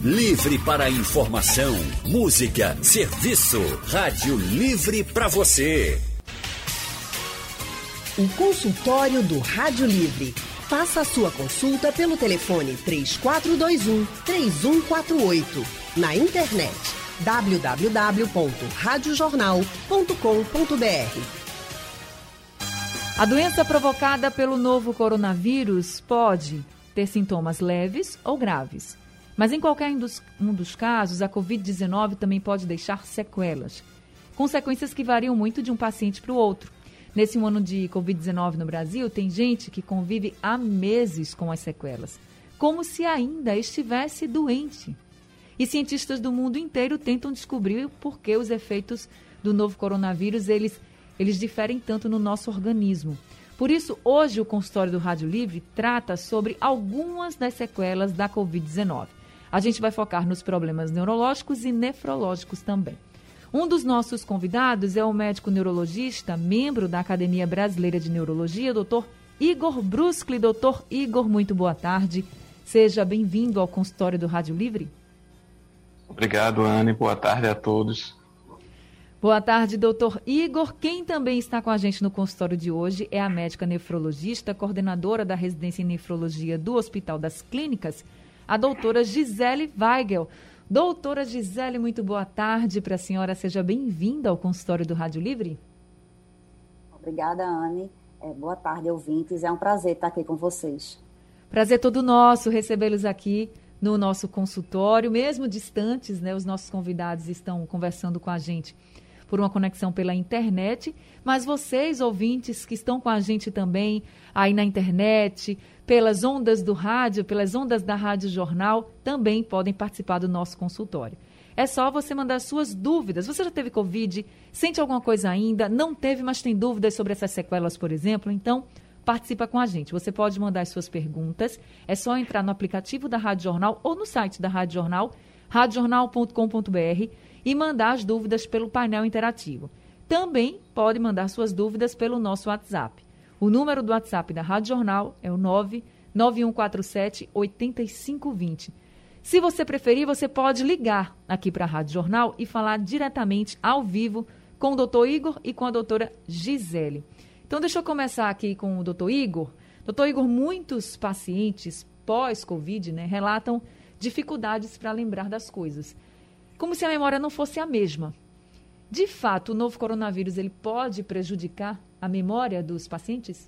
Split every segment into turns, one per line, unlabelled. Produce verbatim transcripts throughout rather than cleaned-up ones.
Livre para informação, música, serviço. Rádio Livre para você.
O consultório do Rádio Livre. Faça a sua consulta pelo telefone três quatro dois um, três um quatro oito. Na internet w w w ponto rádio jornal ponto com ponto b r.
A doença provocada pelo novo coronavírus pode ter sintomas leves ou graves. Mas em qualquer um dos, um dos casos, a covid dezenove também pode deixar sequelas. Consequências que variam muito de um paciente para o outro. Nesse ano de covid dezenove no Brasil, tem gente que convive há meses com as sequelas, como se ainda estivesse doente. E cientistas do mundo inteiro tentam descobrir por que os efeitos do novo coronavírus, eles, eles diferem tanto no nosso organismo. Por isso, hoje o consultório do Rádio Livre trata sobre algumas das sequelas da covid dezenove. A gente vai focar nos problemas neurológicos e nefrológicos também. Um dos nossos convidados é o médico neurologista, membro da Academia Brasileira de Neurologia, doutor Igor Bruschi. Doutor Igor, muito boa tarde. Seja bem-vindo ao consultório do Rádio Livre.
Obrigado, Anne. Boa tarde a todos.
Boa tarde, doutor Igor. Quem também está com a gente no consultório de hoje é a médica nefrologista, coordenadora da residência em nefrologia do Hospital das Clínicas, a doutora Gisele Weigel. Doutora Gisele, muito boa tarde para a senhora. Seja bem-vinda ao consultório do Rádio Livre.
Obrigada, Anne. É, boa tarde, ouvintes. É um prazer estar aqui com vocês.
Prazer todo nosso recebê-los aqui no nosso consultório, mesmo distantes, né? Os nossos convidados estão conversando com a gente por uma conexão pela internet, mas vocês, ouvintes, que estão com a gente também aí na internet, pelas ondas do rádio, pelas ondas da Rádio Jornal, também podem participar do nosso consultório. É só você mandar suas dúvidas. Você já teve Covid? Sente alguma coisa ainda? Não teve, mas tem dúvidas sobre essas sequelas, por exemplo? Então, participa com a gente. Você pode mandar as suas perguntas. É só entrar no aplicativo da Rádio Jornal ou no site da Rádio Jornal, rádio jornal ponto com ponto b r, e mandar as dúvidas pelo painel interativo. Também pode mandar suas dúvidas pelo nosso WhatsApp. O número do WhatsApp da Rádio Jornal é o nove nove um quatro sete, oito cinco dois zero. Se você preferir, você pode ligar aqui para a Rádio Jornal e falar diretamente, ao vivo, com o doutor Igor e com a doutora Gisele. Então, deixa eu começar aqui com o doutor Igor. doutor Igor, muitos pacientes pós-Covid, né, relatam dificuldades para lembrar das coisas, como se a memória não fosse a mesma. De fato, o novo coronavírus ele pode prejudicar a memória dos pacientes?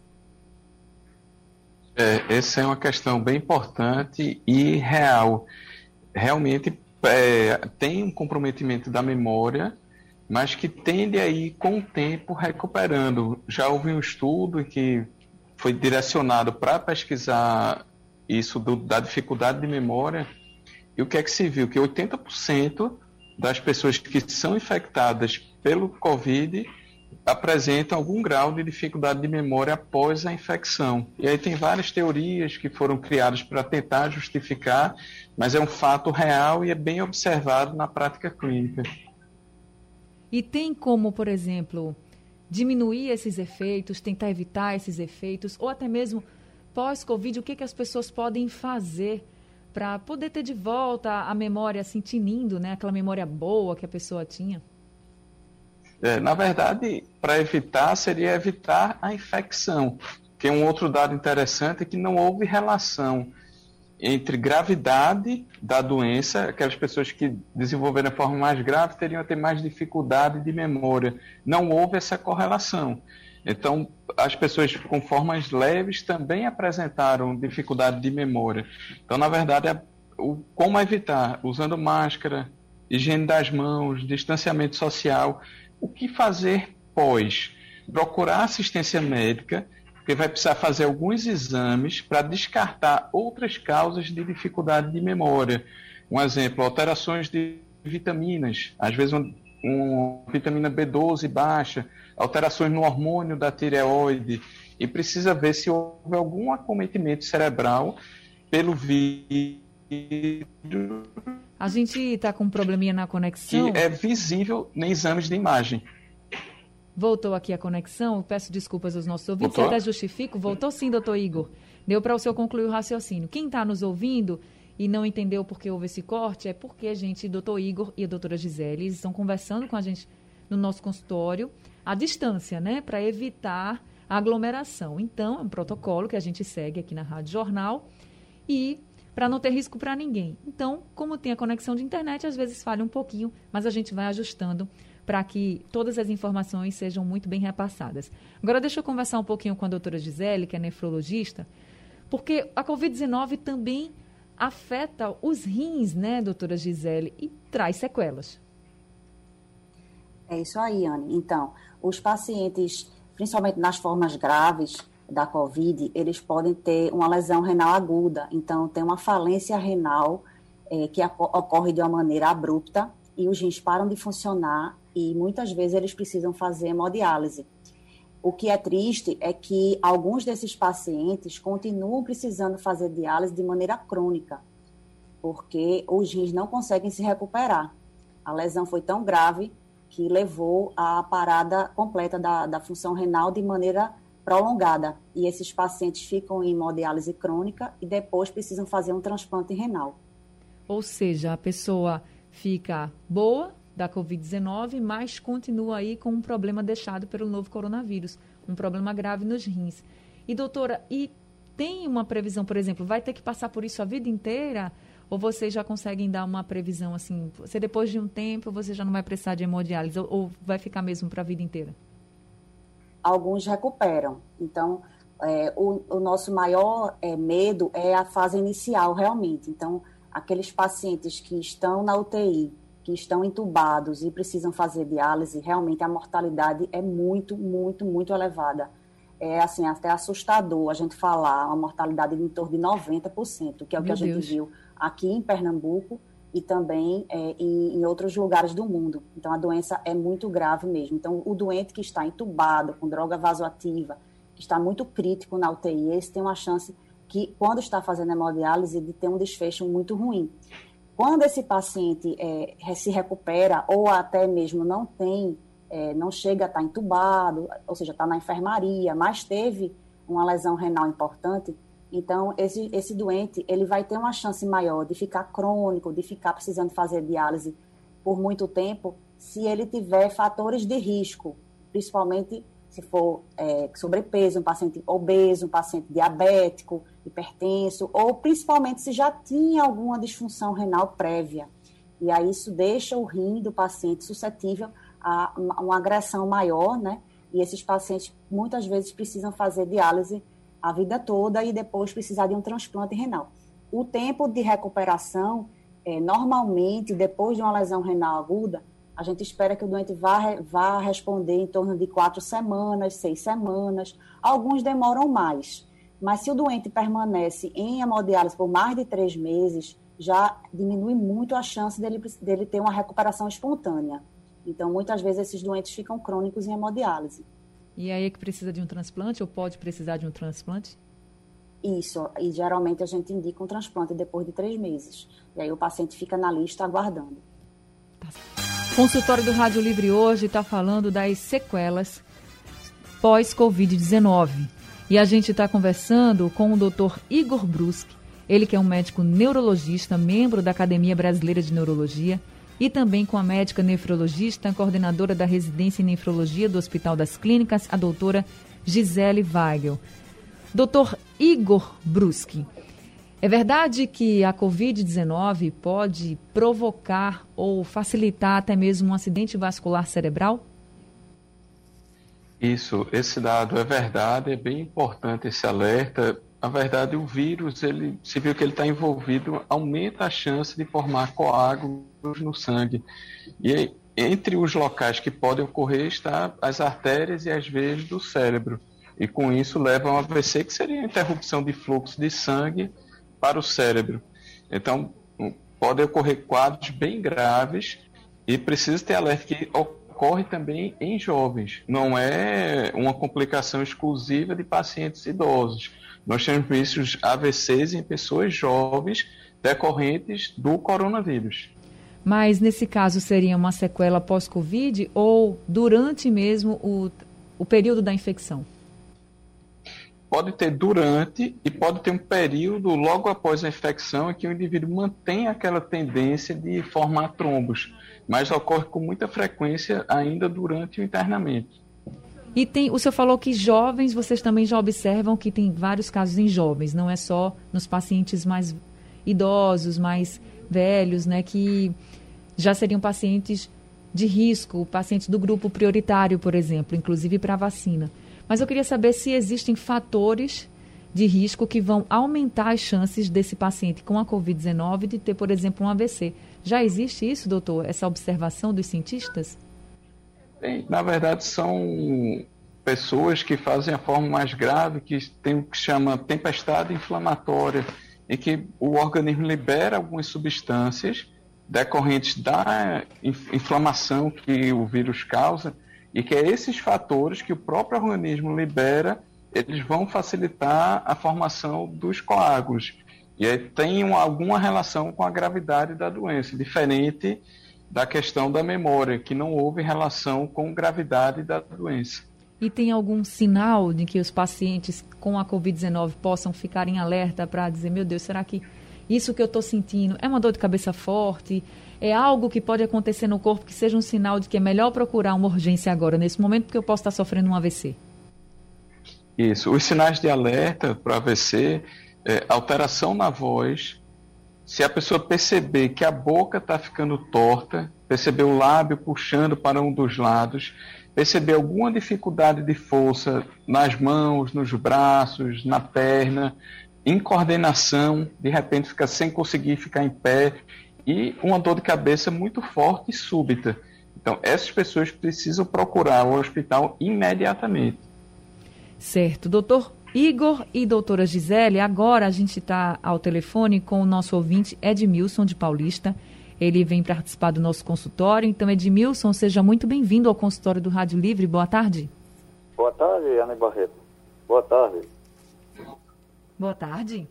É, essa é uma questão bem importante e real. Realmente é, tem um comprometimento da memória, mas que tende a ir com o tempo recuperando. Já houve um estudo que foi direcionado para pesquisar isso do, da dificuldade de memória, e o que é que se viu? Que oitenta por cento das pessoas que são infectadas pelo Covid apresentam algum grau de dificuldade de memória após a infecção. E aí tem várias teorias que foram criadas para tentar justificar, mas é um fato real e é bem observado na prática clínica.
E tem como, por exemplo, diminuir esses efeitos, tentar evitar esses efeitos, ou até mesmo pós-Covid, o que, que as pessoas podem fazer para poder ter de volta a memória assim, tinindo, né? Aquela memória boa que a pessoa tinha?
É, na verdade, para evitar, seria evitar a infecção. Que é um outro dado interessante é que não houve relação entre gravidade da doença, aquelas pessoas que desenvolveram a forma mais grave teriam a ter mais dificuldade de memória. Não houve essa correlação. Então, as pessoas com formas leves também apresentaram dificuldade de memória. Então, na verdade, é o, como evitar? Usando máscara, higiene das mãos, distanciamento social. O que fazer pós? Procurar assistência médica, porque vai precisar fazer alguns exames para descartar outras causas de dificuldade de memória. Um exemplo, alterações de vitaminas, às vezes uma, uma vitamina B doze baixa, alterações no hormônio da tireoide, e precisa ver se houve algum acometimento cerebral pelo vírus.
A gente está com um probleminha na conexão.
Que é visível em exames de imagem.
Voltou aqui a conexão, peço desculpas aos nossos ouvintes,
Voltou?
até justifico. Voltou sim, doutor Igor. Deu para o senhor concluir o raciocínio. Quem está nos ouvindo e não entendeu por que houve esse corte, é porque a gente, doutor Igor e a doutora Gisele, estão conversando com a gente no nosso consultório à distância, né, para evitar a aglomeração. Então, é um protocolo que a gente segue aqui na Rádio Jornal e para não ter risco para ninguém. Então, como tem a conexão de internet, às vezes falha um pouquinho, mas a gente vai ajustando para que todas as informações sejam muito bem repassadas. Agora, deixa eu conversar um pouquinho com a doutora Gisele, que é nefrologista, porque a covid dezenove também afeta os rins, né, doutora Gisele, e traz sequelas.
É isso aí, Anne. Então, os pacientes, principalmente nas formas graves da COVID, eles podem ter uma lesão renal aguda. Então, tem uma falência renal é, que ocorre de uma maneira abrupta e os rins param de funcionar e muitas vezes eles precisam fazer hemodiálise. O que é triste é que alguns desses pacientes continuam precisando fazer diálise de maneira crônica, porque os rins não conseguem se recuperar. A lesão foi tão grave que levou à parada completa da, da função renal de maneira prolongada. E esses pacientes ficam em hemodiálise crônica e depois precisam fazer um transplante renal.
Ou seja, a pessoa fica boa da covid dezenove, mas continua aí com um problema deixado pelo novo coronavírus, um problema grave nos rins. E, doutora, e tem uma previsão, por exemplo, vai ter que passar por isso a vida inteira? Ou vocês já conseguem dar uma previsão assim, se depois de um tempo você já não vai precisar de hemodiálise, ou, ou vai ficar mesmo para a vida inteira?
Alguns recuperam. Então, é, o, o nosso maior é, medo é a fase inicial, realmente. Então, aqueles pacientes que estão na U T I, que estão entubados e precisam fazer diálise, realmente a mortalidade é muito, muito, muito elevada. É assim, até assustador a gente falar uma mortalidade de em torno de noventa por cento, que é o que
Meu
a gente
Deus.
viu aqui em Pernambuco e também é, em, em outros lugares do mundo. Então, a doença é muito grave mesmo. Então, o doente que está entubado com droga vasoativa, que está muito crítico na U T I, esse tem uma chance que, quando está fazendo hemodiálise, de ter um desfecho muito ruim. Quando esse paciente é, se recupera ou até mesmo não tem, é, não chega a estar entubado, ou seja, está na enfermaria, mas teve uma lesão renal importante, então esse, esse doente ele vai ter uma chance maior de ficar crônico, de ficar precisando fazer diálise por muito tempo, se ele tiver fatores de risco, principalmente se for é, sobrepeso, um paciente obeso, um paciente diabético, hipertenso, ou principalmente se já tinha alguma disfunção renal prévia. E aí isso deixa o rim do paciente suscetível a uma, uma agressão maior, né? E esses pacientes muitas vezes precisam fazer diálise a vida toda e depois precisar de um transplante renal. O tempo de recuperação, é, normalmente, depois de uma lesão renal aguda, a gente espera que o doente vá, vá responder em torno de quatro semanas, seis semanas. Alguns demoram mais. Mas se o doente permanece em hemodiálise por mais de três meses, já diminui muito a chance dele, dele ter uma recuperação espontânea. Então, muitas vezes, esses doentes ficam crônicos em hemodiálise.
E aí é que precisa de um transplante ou pode precisar de um transplante?
Isso, e geralmente a gente indica um transplante depois de três meses. E aí o paciente fica na lista aguardando.
Tá. O consultório do Rádio Livre hoje está falando das sequelas pós-covid dezenove. E a gente está conversando com o doutor Igor Bruschi, ele que é um médico neurologista, membro da Academia Brasileira de Neurologia, e também com a médica nefrologista, coordenadora da residência em nefrologia do Hospital das Clínicas, a doutora Gisele Weigel. doutor Igor Bruschi, é verdade que a covid dezenove pode provocar ou facilitar até mesmo um acidente vascular cerebral?
Isso, esse dado é verdade, é bem importante esse alerta. Na verdade, o vírus, ele, se viu que ele está envolvido, aumenta a chance de formar coágulos no sangue. E entre os locais que podem ocorrer está as artérias e as veias do cérebro. E com isso leva a um A V C, que seria a interrupção de fluxo de sangue para o cérebro. Então, podem ocorrer quadros bem graves e precisa ter alerta que ocorre também em jovens. Não é uma complicação exclusiva de pacientes idosos. Nós temos visto A V Cs em pessoas jovens decorrentes do coronavírus.
Mas, nesse caso, seria uma sequela pós-Covid ou durante mesmo o, o período da infecção?
pode ter durante e pode ter um período logo após a infecção em que o indivíduo mantém aquela tendência de formar trombos, mas ocorre com muita frequência ainda durante o internamento.
E tem, o senhor falou que jovens, vocês também já observam que tem vários casos em jovens, não é só nos pacientes mais idosos, mais velhos, né, que já seriam pacientes de risco, pacientes do grupo prioritário, por exemplo, inclusive para a vacina. Mas eu queria saber se existem fatores de risco que vão aumentar as chances desse paciente com a covid dezenove de ter, por exemplo, um A V C. Já existe isso, doutor, essa observação dos cientistas?
Bem, na verdade, são pessoas que fazem a forma mais grave, que tem o que chama tempestade inflamatória, em que o organismo libera algumas substâncias decorrentes da inflamação que o vírus causa, e que é esses fatores que o próprio organismo libera, eles vão facilitar a formação dos coágulos. E aí tem uma, alguma relação com a gravidade da doença, diferente da questão da memória, que não houve relação com a gravidade da doença.
E tem algum sinal de que os pacientes com a covid dezenove possam ficar em alerta para dizer, meu Deus, será que isso que eu estou sentindo é uma dor de cabeça forte? É algo que pode acontecer no corpo que seja um sinal de que é melhor procurar uma urgência agora, nesse momento, porque eu posso estar sofrendo um A V C?
Isso. Os sinais de alerta para A V C, é, alteração na voz, se a pessoa perceber que a boca está ficando torta, perceber o lábio puxando para um dos lados, perceber alguma dificuldade de força nas mãos, nos braços, na perna, incoordenação, de repente fica sem conseguir ficar em pé, e uma dor de cabeça muito forte e súbita. Então, essas pessoas precisam procurar o hospital imediatamente.
Certo. Doutor Igor e doutora Gisele, agora a gente está ao telefone com o nosso ouvinte Edmilson de Paulista. Ele vem participar do nosso consultório. Então, Edmilson, seja muito bem-vindo ao consultório do Rádio Livre. Boa tarde.
Boa tarde, Ana Barreto. Boa tarde.
Boa tarde.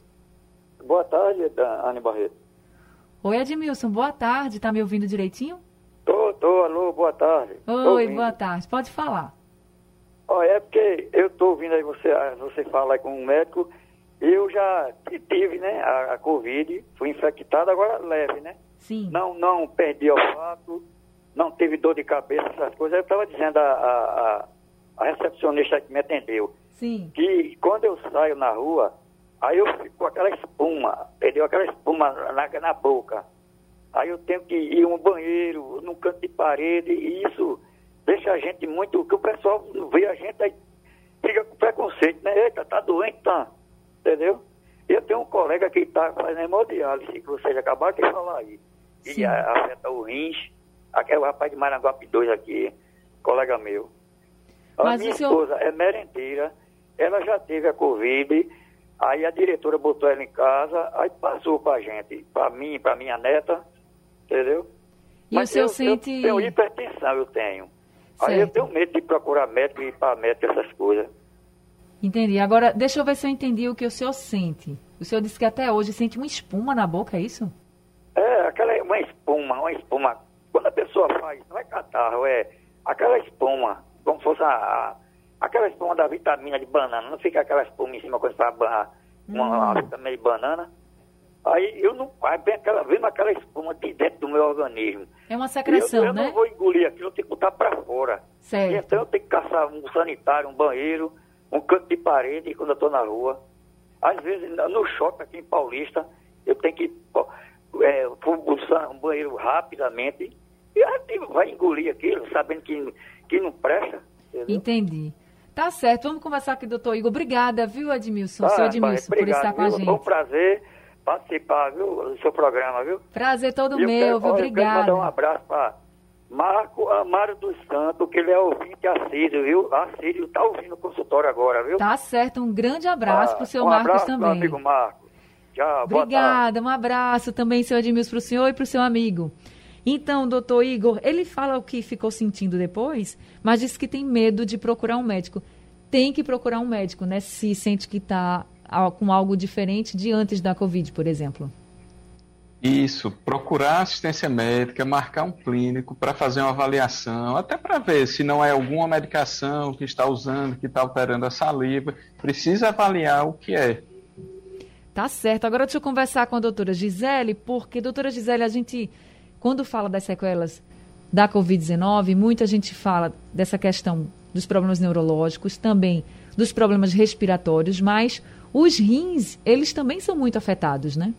Boa tarde, Ana Barreto.
Oi, Edmilson, boa tarde. Tá me ouvindo direitinho?
Tô, tô, alô, boa tarde.
Oi, boa tarde. Pode falar.
Olha, é porque eu tô ouvindo aí você, você falar com um médico, eu já tive, né, a, a Covid, fui infectado, agora leve, né?
Sim. Não,
não perdi olfato, não teve dor de cabeça, essas coisas. Eu estava dizendo a, a, a recepcionista que me atendeu,
sim,
que quando eu saio na rua, aí eu fico com aquela espuma, entendeu? Aquela espuma na, na boca. Aí eu tenho que ir a um banheiro, num canto de parede, e isso deixa a gente muito... que o pessoal vê a gente aí, fica com preconceito, né? Eita, tá doente, tá? Entendeu? Eu tenho um colega que está fazendo hemodiálise, que vocês acabaram de falar aí. E afeta o rins. Aquele rapaz de Maranguape dois aqui, colega meu. A
Mas
minha
senhor...
esposa é merendeira, ela já teve a Covid, aí a diretora botou ela em casa, aí passou pra gente, pra mim, pra minha neta, entendeu?
E
Mas
o senhor
eu,
sente...
eu tenho hipertensão, eu tenho.
Certo.
Aí eu tenho medo de procurar médico e ir para médico, essas coisas.
Entendi. Agora, deixa eu ver se eu entendi o que o senhor sente. O senhor disse que até hoje sente uma espuma na boca, é isso?
É, aquela, uma espuma, uma espuma. Quando a pessoa faz, não é catarro, é aquela espuma, como se fosse a, a, aquela espuma da vitamina de banana. Não fica aquela espuma em cima quando faz uma, hum. uma vitamina de banana. Aí eu não, aí vem aquela, vem aquela espuma de dentro do meu organismo.
É uma secreção,
eu, eu
né?
Eu não vou engolir aquilo, eu tenho que botar para fora.
Certo.
Então eu tenho que caçar um sanitário, um banheiro, um canto de parede quando eu estou na rua. Às vezes, no shopping aqui em Paulista, eu tenho que é, buscar um banheiro rapidamente e a gente vai engolir aquilo, sabendo que, que não presta. Entendeu?
Entendi. Tá certo, vamos conversar aqui, doutor Igor. Obrigada, viu, Edmilson? Ah, seu Edmilson,
obrigado,
por estar com a gente.
Foi um prazer participar, viu, do seu programa, viu?
Prazer todo
e
meu,
quero,
viu? Obrigada.
Eu quero mandar um abraço para Marco Amaro dos Santos, que ele é ouvinte assíduo, viu? Assíduo, tá ouvindo o consultório agora, viu?
Tá certo, um grande abraço ah, pro seu
um
Marcos
abraço,
também.
Meu amigo Marcos. Tchau,
obrigada, um abraço também, seu Edmilson, pro senhor e pro seu amigo. Então, doutor Igor, ele fala o que ficou sentindo depois, mas disse que tem medo de procurar um médico. Tem que procurar um médico, né? Se sente que está com algo diferente de antes da Covid, por exemplo.
Isso, procurar assistência médica, marcar um clínico para fazer uma avaliação, até para ver se não é alguma medicação que está usando, que está alterando a saliva. Precisa avaliar o que é.
Tá certo. Agora deixa eu conversar com a doutora Gisele, porque, doutora Gisele, a gente, quando fala das sequelas da covid dezenove, muita gente fala dessa questão dos problemas neurológicos, também dos problemas respiratórios, mas os rins, eles também são muito afetados, né?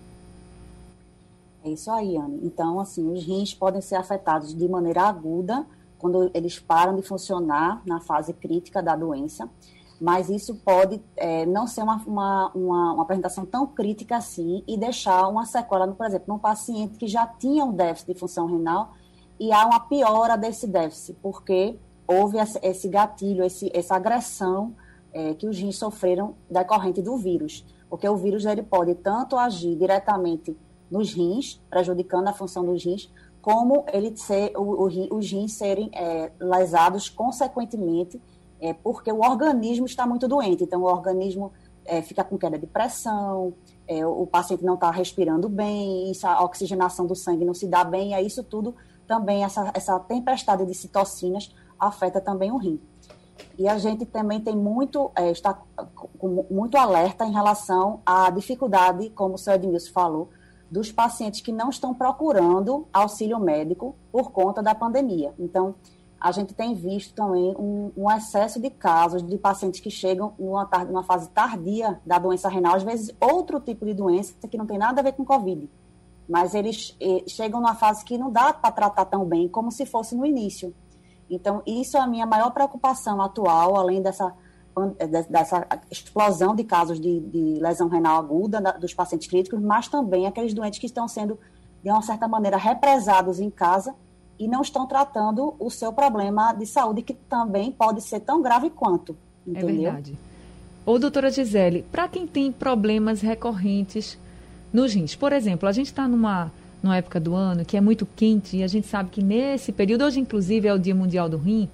É isso aí, Anne. Então, assim, os rins podem ser afetados de maneira aguda, quando eles param de funcionar na fase crítica da doença, mas isso pode é, não ser uma, uma, uma, uma apresentação tão crítica assim e deixar uma sequela, por exemplo, num paciente que já tinha um déficit de função renal e há uma piora desse déficit, porque houve esse gatilho, esse, essa agressão é, que os rins sofreram decorrente do vírus, porque o vírus ele pode tanto agir diretamente nos rins, prejudicando a função dos rins, como ele ser, o, o, os rins serem é, lesados consequentemente, é, porque o organismo está muito doente. Então, o organismo é, fica com queda de pressão, é, o paciente não está respirando bem, isso, a oxigenação do sangue não se dá bem, e aí isso tudo também, essa, essa tempestade de citocinas afeta também o rim. E a gente também tem muito, é, está com muito alerta em relação à dificuldade, como o senhor Edmilson falou, dos pacientes que não estão procurando auxílio médico por conta da pandemia. Então, a gente tem visto também um, um excesso de casos de pacientes que chegam numa, numa fase tardia da doença renal, às vezes outro tipo de doença que não tem nada a ver com Covid, mas eles eh, chegam numa fase que não dá para tratar tão bem como se fosse no início. Então, isso é a minha maior preocupação atual, além dessa dessa explosão de casos de, de lesão renal aguda da, dos pacientes críticos, mas também aqueles doentes que estão sendo, de uma certa maneira, represados em casa e não estão tratando o seu problema de saúde, que também pode ser tão grave quanto. Entendeu?
É verdade. Ô, doutora Gisele, para quem tem problemas recorrentes nos rins, por exemplo, a gente está numa, numa época do ano que é muito quente e a gente sabe que nesse período, hoje inclusive é o Dia Mundial do Rim,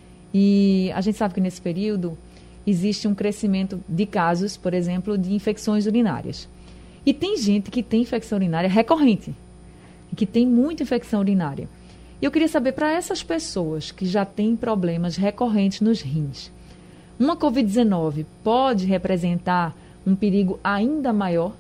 e a gente sabe que nesse período existe um crescimento de casos, por exemplo, de infecções urinárias. E tem gente que tem infecção urinária recorrente, que tem muita infecção urinária. E eu queria saber, para essas pessoas que já têm problemas recorrentes nos rins, uma covid dezenove pode representar um perigo ainda maior?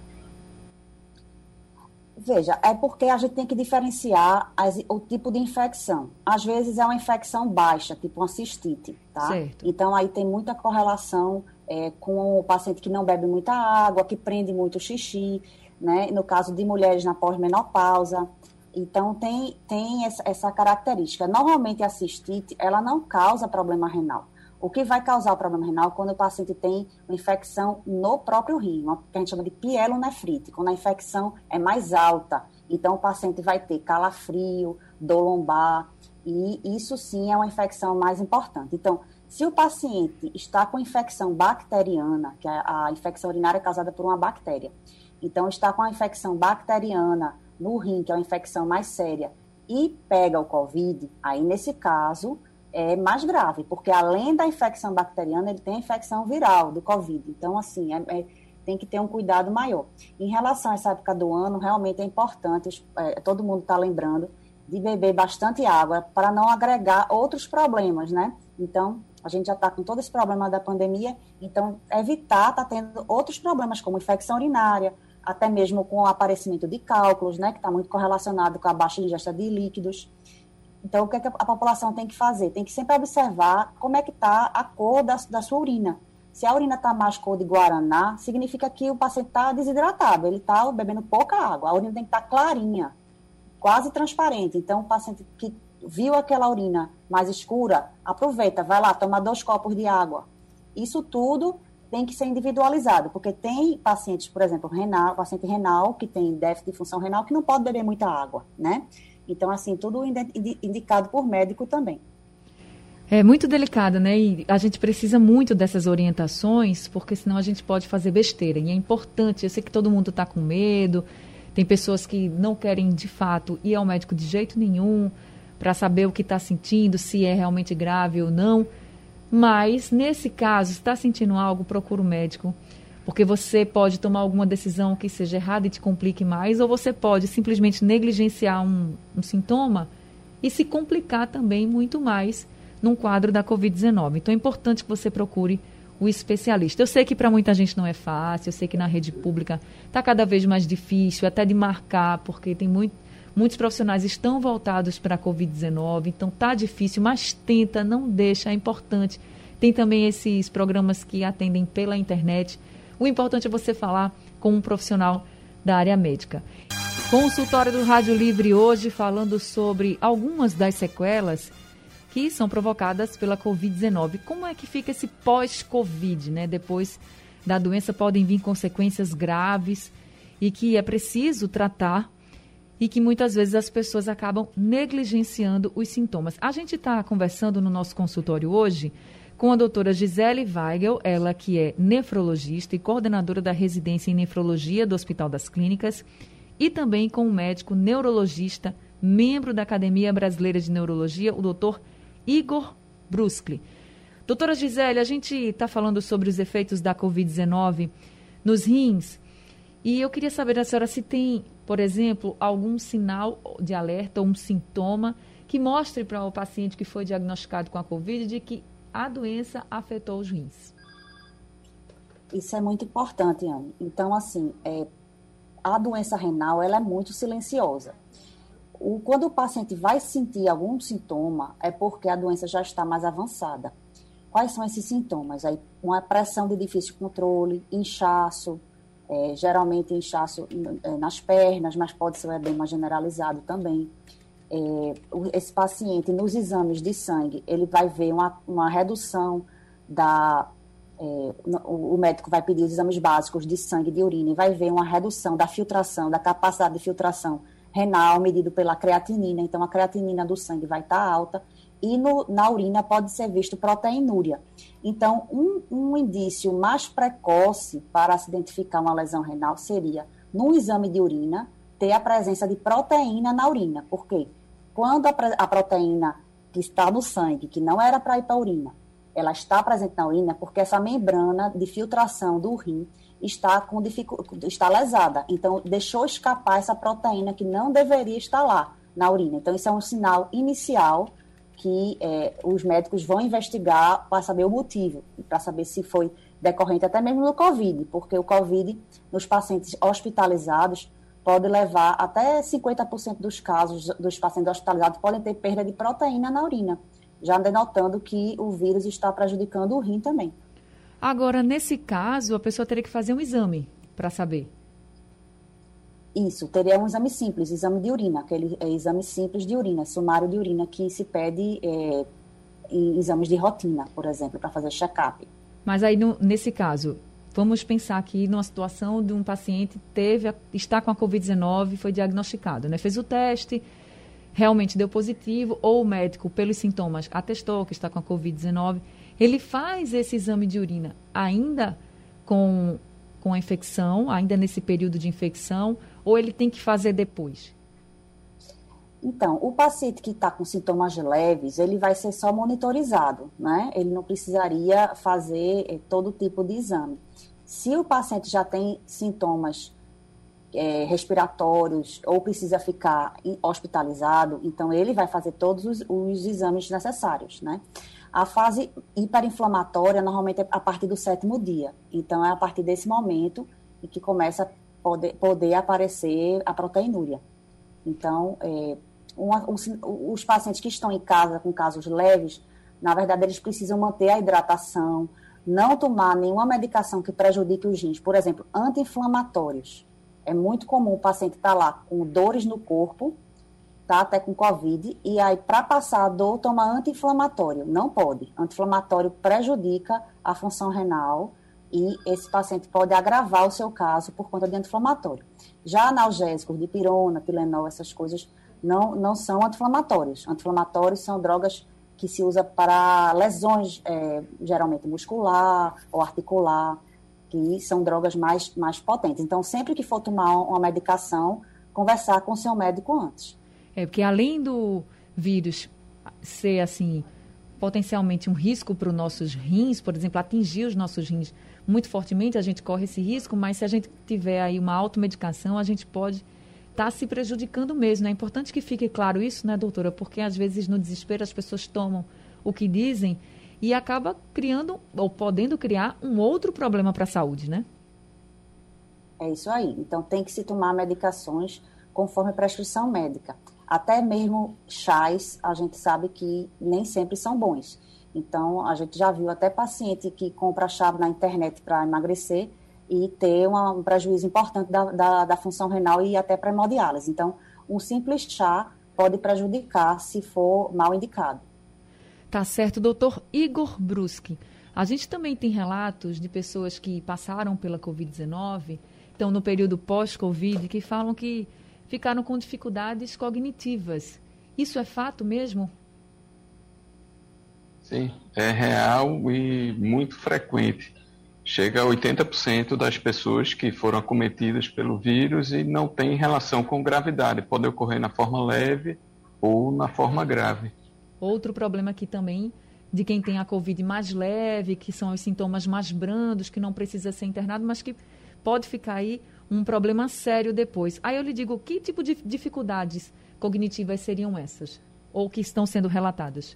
Veja, é porque a gente tem que diferenciar as, o tipo de infecção. Às vezes é uma infecção baixa, tipo uma cistite, tá?
Certo.
Então, aí tem muita correlação é, com o paciente que não bebe muita água, que prende muito xixi, né? No caso de mulheres na pós-menopausa. Então, tem, tem essa, essa característica. Normalmente, a cistite, ela não causa problema renal. O que vai causar o problema renal é quando o paciente tem uma infecção no próprio rim, uma, que a gente chama de pielonefrite, quando a infecção é mais alta. Então, o paciente vai ter calafrio, dor lombar, e isso sim é uma infecção mais importante. Então, se o paciente está com infecção bacteriana, que é a infecção urinária causada por uma bactéria, então está com a infecção bacteriana no rim, que é uma infecção mais séria, e pega o Covid, aí nesse caso é mais grave, porque além da infecção bacteriana, ele tem a infecção viral do Covid. Então, assim, é, é, tem que ter um cuidado maior. Em relação a essa época do ano, realmente é importante, é, todo mundo está lembrando, de beber bastante água para não agregar outros problemas, né? Então, a gente já está com todo esse problema da pandemia, então evitar estar tá tendo outros problemas, como infecção urinária, até mesmo com o aparecimento de cálculos, né? Que está muito correlacionado com a baixa ingesta de líquidos. Então, o que, é que a população tem que fazer? Tem que sempre observar como é que está a cor da, da sua urina. Se a urina está mais cor de guaraná, significa que o paciente está desidratado, ele está bebendo pouca água. A urina tem que estar tá clarinha, quase transparente. Então, o paciente que viu aquela urina mais escura, aproveita, vai lá, toma dois copos de água. Isso tudo tem que ser individualizado, porque tem pacientes, por exemplo, renal, paciente renal, que tem déficit de função renal, que não pode beber muita água, né? Então, assim, tudo indicado por médico também.
É muito delicado, né? E a gente precisa muito dessas orientações, porque senão a gente pode fazer besteira. E é importante, eu sei que todo mundo está com medo, tem pessoas que não querem, de fato, ir ao médico de jeito nenhum, para saber o que está sentindo, se é realmente grave ou não. Mas, nesse caso, se está sentindo algo, procura o médico, porque você pode tomar alguma decisão que seja errada e te complique mais, ou você pode simplesmente negligenciar um, um sintoma e se complicar também muito mais num quadro da covid dezenove. Então, é importante que você procure o especialista. Eu sei que para muita gente não é fácil, eu sei que na rede pública está cada vez mais difícil, até de marcar, porque tem muito, muitos profissionais estão voltados para a covid dezenove, então está difícil, mas tenta, não deixa, é importante. Tem também esses programas que atendem pela internet. O importante é você falar com um profissional da área médica. Consultório do Rádio Livre hoje falando sobre algumas das sequelas que são provocadas pela covid dezenove. Como é que fica esse pós-Covid, né? Depois da doença podem vir consequências graves e que é preciso tratar e que muitas vezes as pessoas acabam negligenciando os sintomas. A gente está conversando no nosso consultório hoje com a doutora Gisele Weigel, ela que é nefrologista e coordenadora da residência em nefrologia do Hospital das Clínicas, e também com o médico neurologista, membro da Academia Brasileira de Neurologia, o doutor Igor Bruskli. Doutora Gisele, a gente está falando sobre os efeitos da covid dezenove nos rins, e eu queria saber da senhora se tem, por exemplo, algum sinal de alerta ou um sintoma que mostre para o paciente que foi diagnosticado com a Covid de que a doença afetou os rins.
Isso é muito importante, Anne. Então, assim, é, a doença renal ela é muito silenciosa. O, quando o paciente vai sentir algum sintoma, é porque a doença já está mais avançada. Quais são esses sintomas? Aí, uma pressão de difícil controle, inchaço, é, geralmente inchaço é, nas pernas, mas pode ser um edema generalizado também. É, esse paciente, nos exames de sangue, ele vai ver uma, uma redução da... É, o, o médico vai pedir os exames básicos de sangue e de urina e vai ver uma redução da filtração, da capacidade de filtração renal, medido pela creatinina. Então, a creatinina do sangue vai estar alta e no, na urina pode ser visto proteinúria. Então, um, um indício mais precoce para se identificar uma lesão renal seria, no exame de urina, ter a presença de proteína na urina. Por quê? Quando a, a proteína que está no sangue, que não era para ir para a urina, ela está presente na urina porque essa membrana de filtração do rim está, com dificu- está lesada. Então, deixou escapar essa proteína que não deveria estar lá na urina. Então, isso é um sinal inicial que é, os médicos vão investigar para saber o motivo, para saber se foi decorrente até mesmo do Covid, porque o Covid, nos pacientes hospitalizados, pode levar até cinquenta por cento dos casos dos pacientes hospitalizados podem ter perda de proteína na urina, já denotando que o vírus está prejudicando o rim também.
Agora, nesse caso, a pessoa teria que fazer um exame para saber.
Isso, teria um exame simples, exame de urina, aquele é, exame simples de urina, sumário de urina, que se pede é, em exames de rotina, por exemplo, para fazer check-up.
Mas aí, no, nesse caso, vamos pensar aqui numa situação de um paciente teve, está com a covid dezenove, foi diagnosticado, né? Fez o teste, realmente deu positivo, ou o médico, pelos sintomas, atestou que está com a covid dezenove, ele faz esse exame de urina ainda com, com a infecção, ainda nesse período de infecção, ou ele tem que fazer depois?
Então, o paciente que está com sintomas leves, ele vai ser só monitorizado, né? Ele não precisaria fazer eh, todo tipo de exame. Se o paciente já tem sintomas é, respiratórios ou precisa ficar hospitalizado, então ele vai fazer todos os, os exames necessários, né? A fase hiperinflamatória normalmente é a partir do sétimo dia. Então, é a partir desse momento em que começa a poder, poder aparecer a proteinúria. Então, é, uma, um, os pacientes que estão em casa com casos leves, na verdade, eles precisam manter a hidratação, não tomar nenhuma medicação que prejudique os rins. Por exemplo, anti-inflamatórios. É muito comum o paciente estar lá com dores no corpo, tá, até com Covid, e aí, para passar a dor, tomar anti-inflamatório. Não pode. Anti-inflamatório prejudica a função renal e esse paciente pode agravar o seu caso por conta de anti-inflamatório. Já analgésicos, dipirona, Tilenol, essas coisas, não, não são anti-inflamatórios. Anti-inflamatórios são drogas que se usa para lesões, é, geralmente muscular ou articular, que são drogas mais, mais potentes. Então, sempre que for tomar uma medicação, conversar com o seu médico antes.
É, porque além do vírus ser, assim, potencialmente um risco para os nossos rins, por exemplo, atingir os nossos rins muito fortemente, a gente corre esse risco, mas se a gente tiver aí uma automedicação, a gente pode estar tá se prejudicando mesmo. É importante que fique claro isso, né, doutora? Porque às vezes no desespero as pessoas tomam o que dizem e acaba criando ou podendo criar um outro problema para a saúde, né?
É isso aí. Então tem que se tomar medicações conforme a prescrição médica. Até mesmo chás, a gente sabe que nem sempre são bons. Então, a gente já viu até paciente que compra chá na internet para emagrecer e ter uma, um prejuízo importante da, da, da função renal e até para hemodiálise. Então, um simples chá pode prejudicar se for mal indicado.
Tá certo, doutor Igor Bruschi. A gente também tem relatos de pessoas que passaram pela covid dezenove, estão no período pós-Covid, que falam que ficaram com dificuldades cognitivas. Isso é fato mesmo?
Sim, é real e muito frequente. Chega a oitenta por cento das pessoas que foram acometidas pelo vírus e não tem relação com gravidade. Pode ocorrer na forma leve ou na forma grave.
Outro problema aqui também de quem tem a Covid mais leve, que são os sintomas mais brandos, que não precisa ser internado, mas que pode ficar aí um problema sério depois. Aí eu lhe digo, que tipo de dificuldades cognitivas seriam essas? Ou que estão sendo relatadas?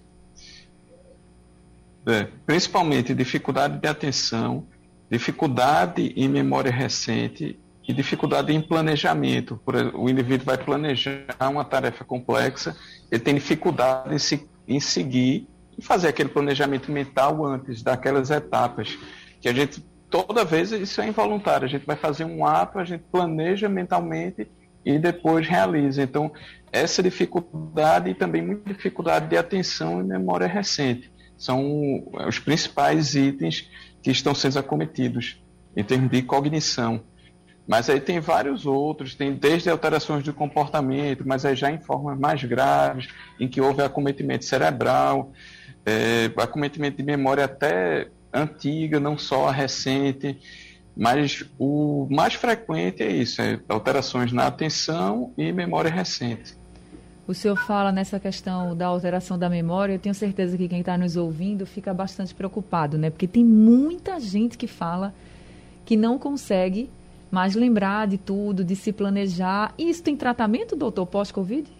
É, principalmente dificuldade de atenção, dificuldade em memória recente e dificuldade em planejamento. Por exemplo, o indivíduo vai planejar uma tarefa complexa, ele tem dificuldade em, se, em seguir e fazer aquele planejamento mental antes daquelas etapas, que a gente, toda vez, isso é involuntário, a gente vai fazer um ato, a gente planeja mentalmente e depois realiza. Então, essa dificuldade e também muita dificuldade de atenção e memória recente são os principais itens que estão sendo acometidos em termos de cognição. Mas aí tem vários outros, tem desde alterações de comportamento, mas aí já em formas mais graves, em que houve acometimento cerebral, é, acometimento de memória até antiga, não só recente, mas o mais frequente é isso, é alterações na atenção e memória recente.
O senhor fala nessa questão da alteração da memória, eu tenho certeza que quem está nos ouvindo fica bastante preocupado, né? Porque tem muita gente que fala que não consegue mais lembrar de tudo, de se planejar. E isso tem tratamento, doutor, pós-Covid?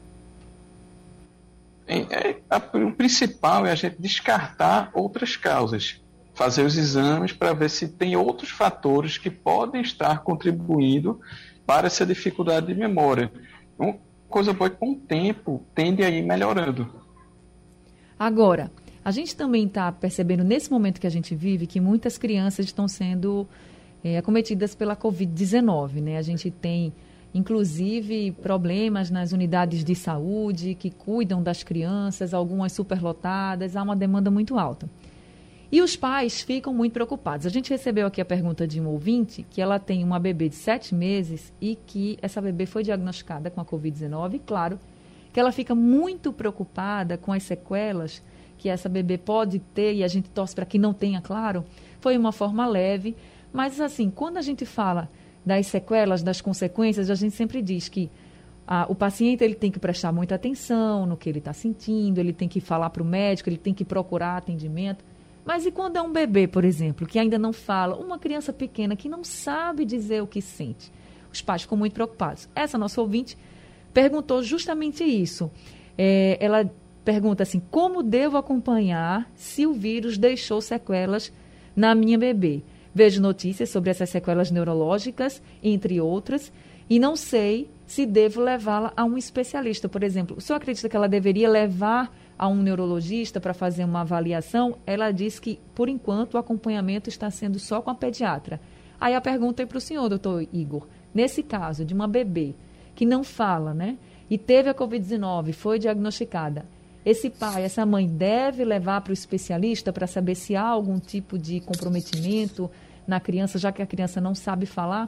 É, é, a, o principal é a gente descartar outras causas, fazer os exames para ver se tem outros fatores que podem estar contribuindo para essa dificuldade de memória. Então, coisa boa que com o tempo tende a ir melhorando.
Agora, a gente também está percebendo nesse momento que a gente vive que muitas crianças estão sendo é, acometidas pela covid dezenove, né? A gente tem, inclusive, problemas nas unidades de saúde que cuidam das crianças, algumas superlotadas, há uma demanda muito alta. E os pais ficam muito preocupados. A gente recebeu aqui a pergunta de um ouvinte que ela tem uma bebê de sete meses e que essa bebê foi diagnosticada com a covid dezenove. E, claro, que ela fica muito preocupada com as sequelas que essa bebê pode ter, e a gente torce para que não tenha, claro. Foi uma forma leve, mas, assim, quando a gente fala das sequelas, das consequências, a gente sempre diz que ah, o paciente ele tem que prestar muita atenção no que ele está sentindo, ele tem que falar para o médico, ele tem que procurar atendimento. Mas e quando é um bebê, por exemplo, que ainda não fala, uma criança pequena que não sabe dizer o que sente? Os pais ficam muito preocupados. Essa nossa ouvinte perguntou justamente isso. É, ela pergunta assim, como devo acompanhar se o vírus deixou sequelas na minha bebê? Vejo notícias sobre essas sequelas neurológicas, entre outras, e não sei se devo levá-la a um especialista. Por exemplo, o senhor acredita que ela deveria levar a um neurologista para fazer uma avaliação? Ela diz que, por enquanto, o acompanhamento está sendo só com a pediatra. Aí a pergunta é para o senhor, doutor Igor. Nesse caso de uma bebê que não fala, né, e teve a covid dezenove, foi diagnosticada, esse pai, essa mãe deve levar para o especialista para saber se há algum tipo de comprometimento na criança, já que a criança não sabe falar?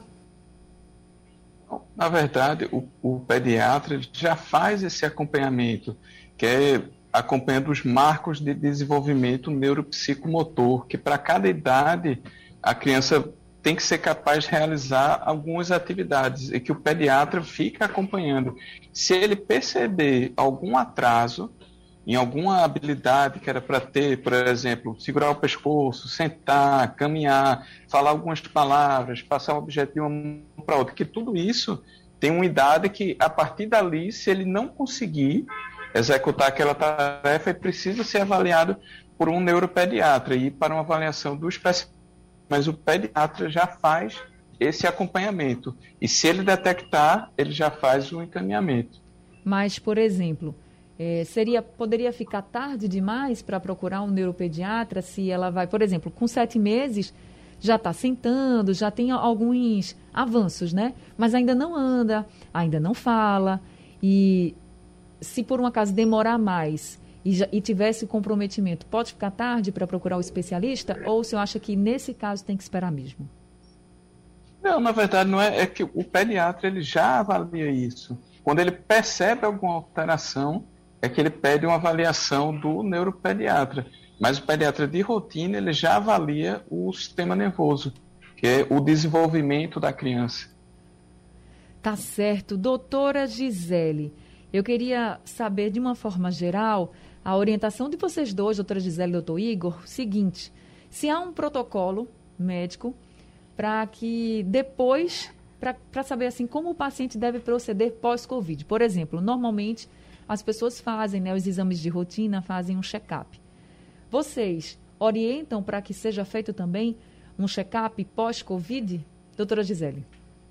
Na verdade, o, o pediatra já faz esse acompanhamento, que é acompanhando os marcos de desenvolvimento neuropsicomotor, que para cada idade a criança tem que ser capaz de realizar algumas atividades e que o pediatra fica acompanhando. Se ele perceber algum atraso, em alguma habilidade que era para ter, por exemplo, segurar o pescoço, sentar, caminhar, falar algumas palavras, passar um objeto de uma mão para outra, que tudo isso tem uma idade que, a partir dali, se ele não conseguir executar aquela tarefa, ele precisa ser avaliado por um neuropediatra e ir para uma avaliação do especialista. Mas o pediatra já faz esse acompanhamento. E se ele detectar, ele já faz o encaminhamento.
Mas, por exemplo, é, seria, poderia ficar tarde demais para procurar um neuropediatra se ela vai, por exemplo, com sete meses, já está sentando, já tem alguns avanços, né? Mas ainda não anda, ainda não fala. E se por um acaso demorar mais e, já, e tivesse comprometimento, pode ficar tarde para procurar o especialista? Ou o senhor acha que nesse caso tem que esperar mesmo?
Não, na verdade, não é, é que o pediatra ele já avalia isso. Quando ele percebe alguma alteração, é que ele pede uma avaliação do neuropediatra. Mas o pediatra de rotina, ele já avalia o sistema nervoso, que é o desenvolvimento da criança.
Tá certo. Doutora Gisele, eu queria saber, de uma forma geral, a orientação de vocês dois, doutora Gisele e doutor Igor, o seguinte: se há um protocolo médico para que depois, para saber assim como o paciente deve proceder pós-Covid. Por exemplo, normalmente as pessoas fazem, né, os exames de rotina, fazem um check-up. Vocês orientam para que seja feito também um check-up pós-Covid? Doutora Gisele.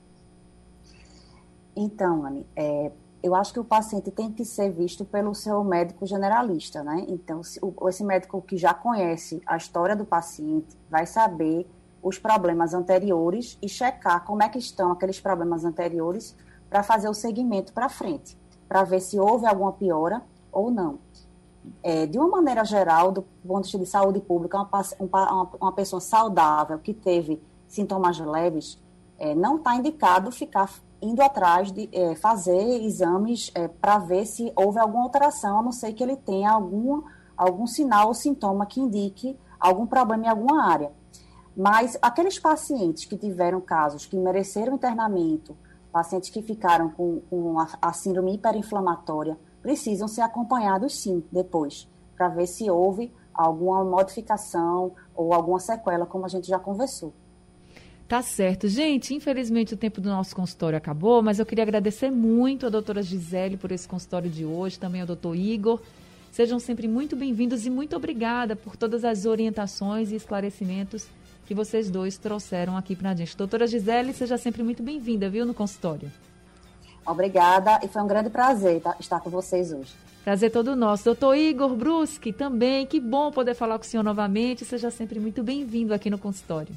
Então, Anny, é, eu acho que o paciente tem que ser visto pelo seu médico generalista, né? Então, se, o, esse médico que já conhece a história do paciente vai saber os problemas anteriores e checar como é que estão aqueles problemas anteriores para fazer o segmento para frente, para ver se houve alguma piora ou não. É, de uma maneira geral, do ponto de vista de saúde pública, uma, uma, uma pessoa saudável que teve sintomas leves, é, não está indicado ficar indo atrás de é, fazer exames é, para ver se houve alguma alteração, a não ser que ele tenha algum, algum sinal ou sintoma que indique algum problema em alguma área. Mas aqueles pacientes que tiveram casos que mereceram internamento, pacientes que ficaram com, com a, a síndrome hiperinflamatória, precisam ser acompanhados sim, depois, para ver se houve alguma modificação ou alguma sequela, como a gente já conversou.
Tá certo. Gente, infelizmente o tempo do nosso consultório acabou, mas eu queria agradecer muito a doutora Gisele por esse consultório de hoje, também ao doutor Igor. Sejam sempre muito bem-vindos e muito obrigada por todas as orientações e esclarecimentos que vocês dois trouxeram aqui para a gente. Doutora Gisele, seja sempre muito bem-vinda, viu, no consultório.
Obrigada, e foi um grande prazer tá, estar com vocês hoje.
Prazer todo nosso. Doutor Igor Bruschi também, que bom poder falar com o senhor novamente. Seja sempre muito bem-vindo aqui no consultório.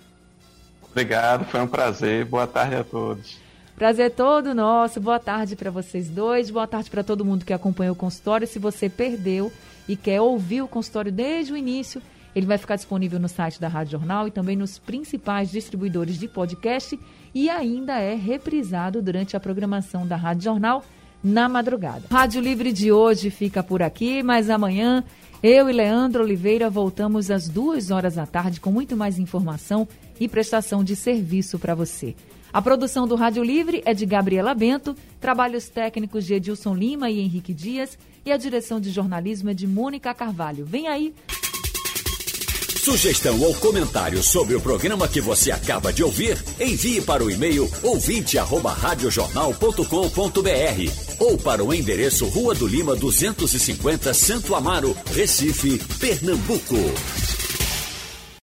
Obrigado, foi um prazer. Boa tarde a todos.
Prazer todo nosso. Boa tarde para vocês dois. Boa tarde para todo mundo que acompanhou o consultório. Se você perdeu e quer ouvir o consultório desde o início, ele vai ficar disponível no site da Rádio Jornal e também nos principais distribuidores de podcast e ainda é reprisado durante a programação da Rádio Jornal na madrugada. Rádio Livre de hoje fica por aqui, mas amanhã eu e Leandro Oliveira voltamos às duas horas da tarde com muito mais informação e prestação de serviço para você. A produção do Rádio Livre é de Gabriela Bento, trabalhos técnicos de Edilson Lima e Henrique Dias e a direção de jornalismo é de Mônica Carvalho. Vem aí!
Sugestão ou comentário sobre o programa que você acaba de ouvir, envie para o e-mail ouvinte arroba radiojornal ponto com ponto br ou para o endereço Rua do Lima duzentos e cinquenta, Santo Amaro, Recife, Pernambuco.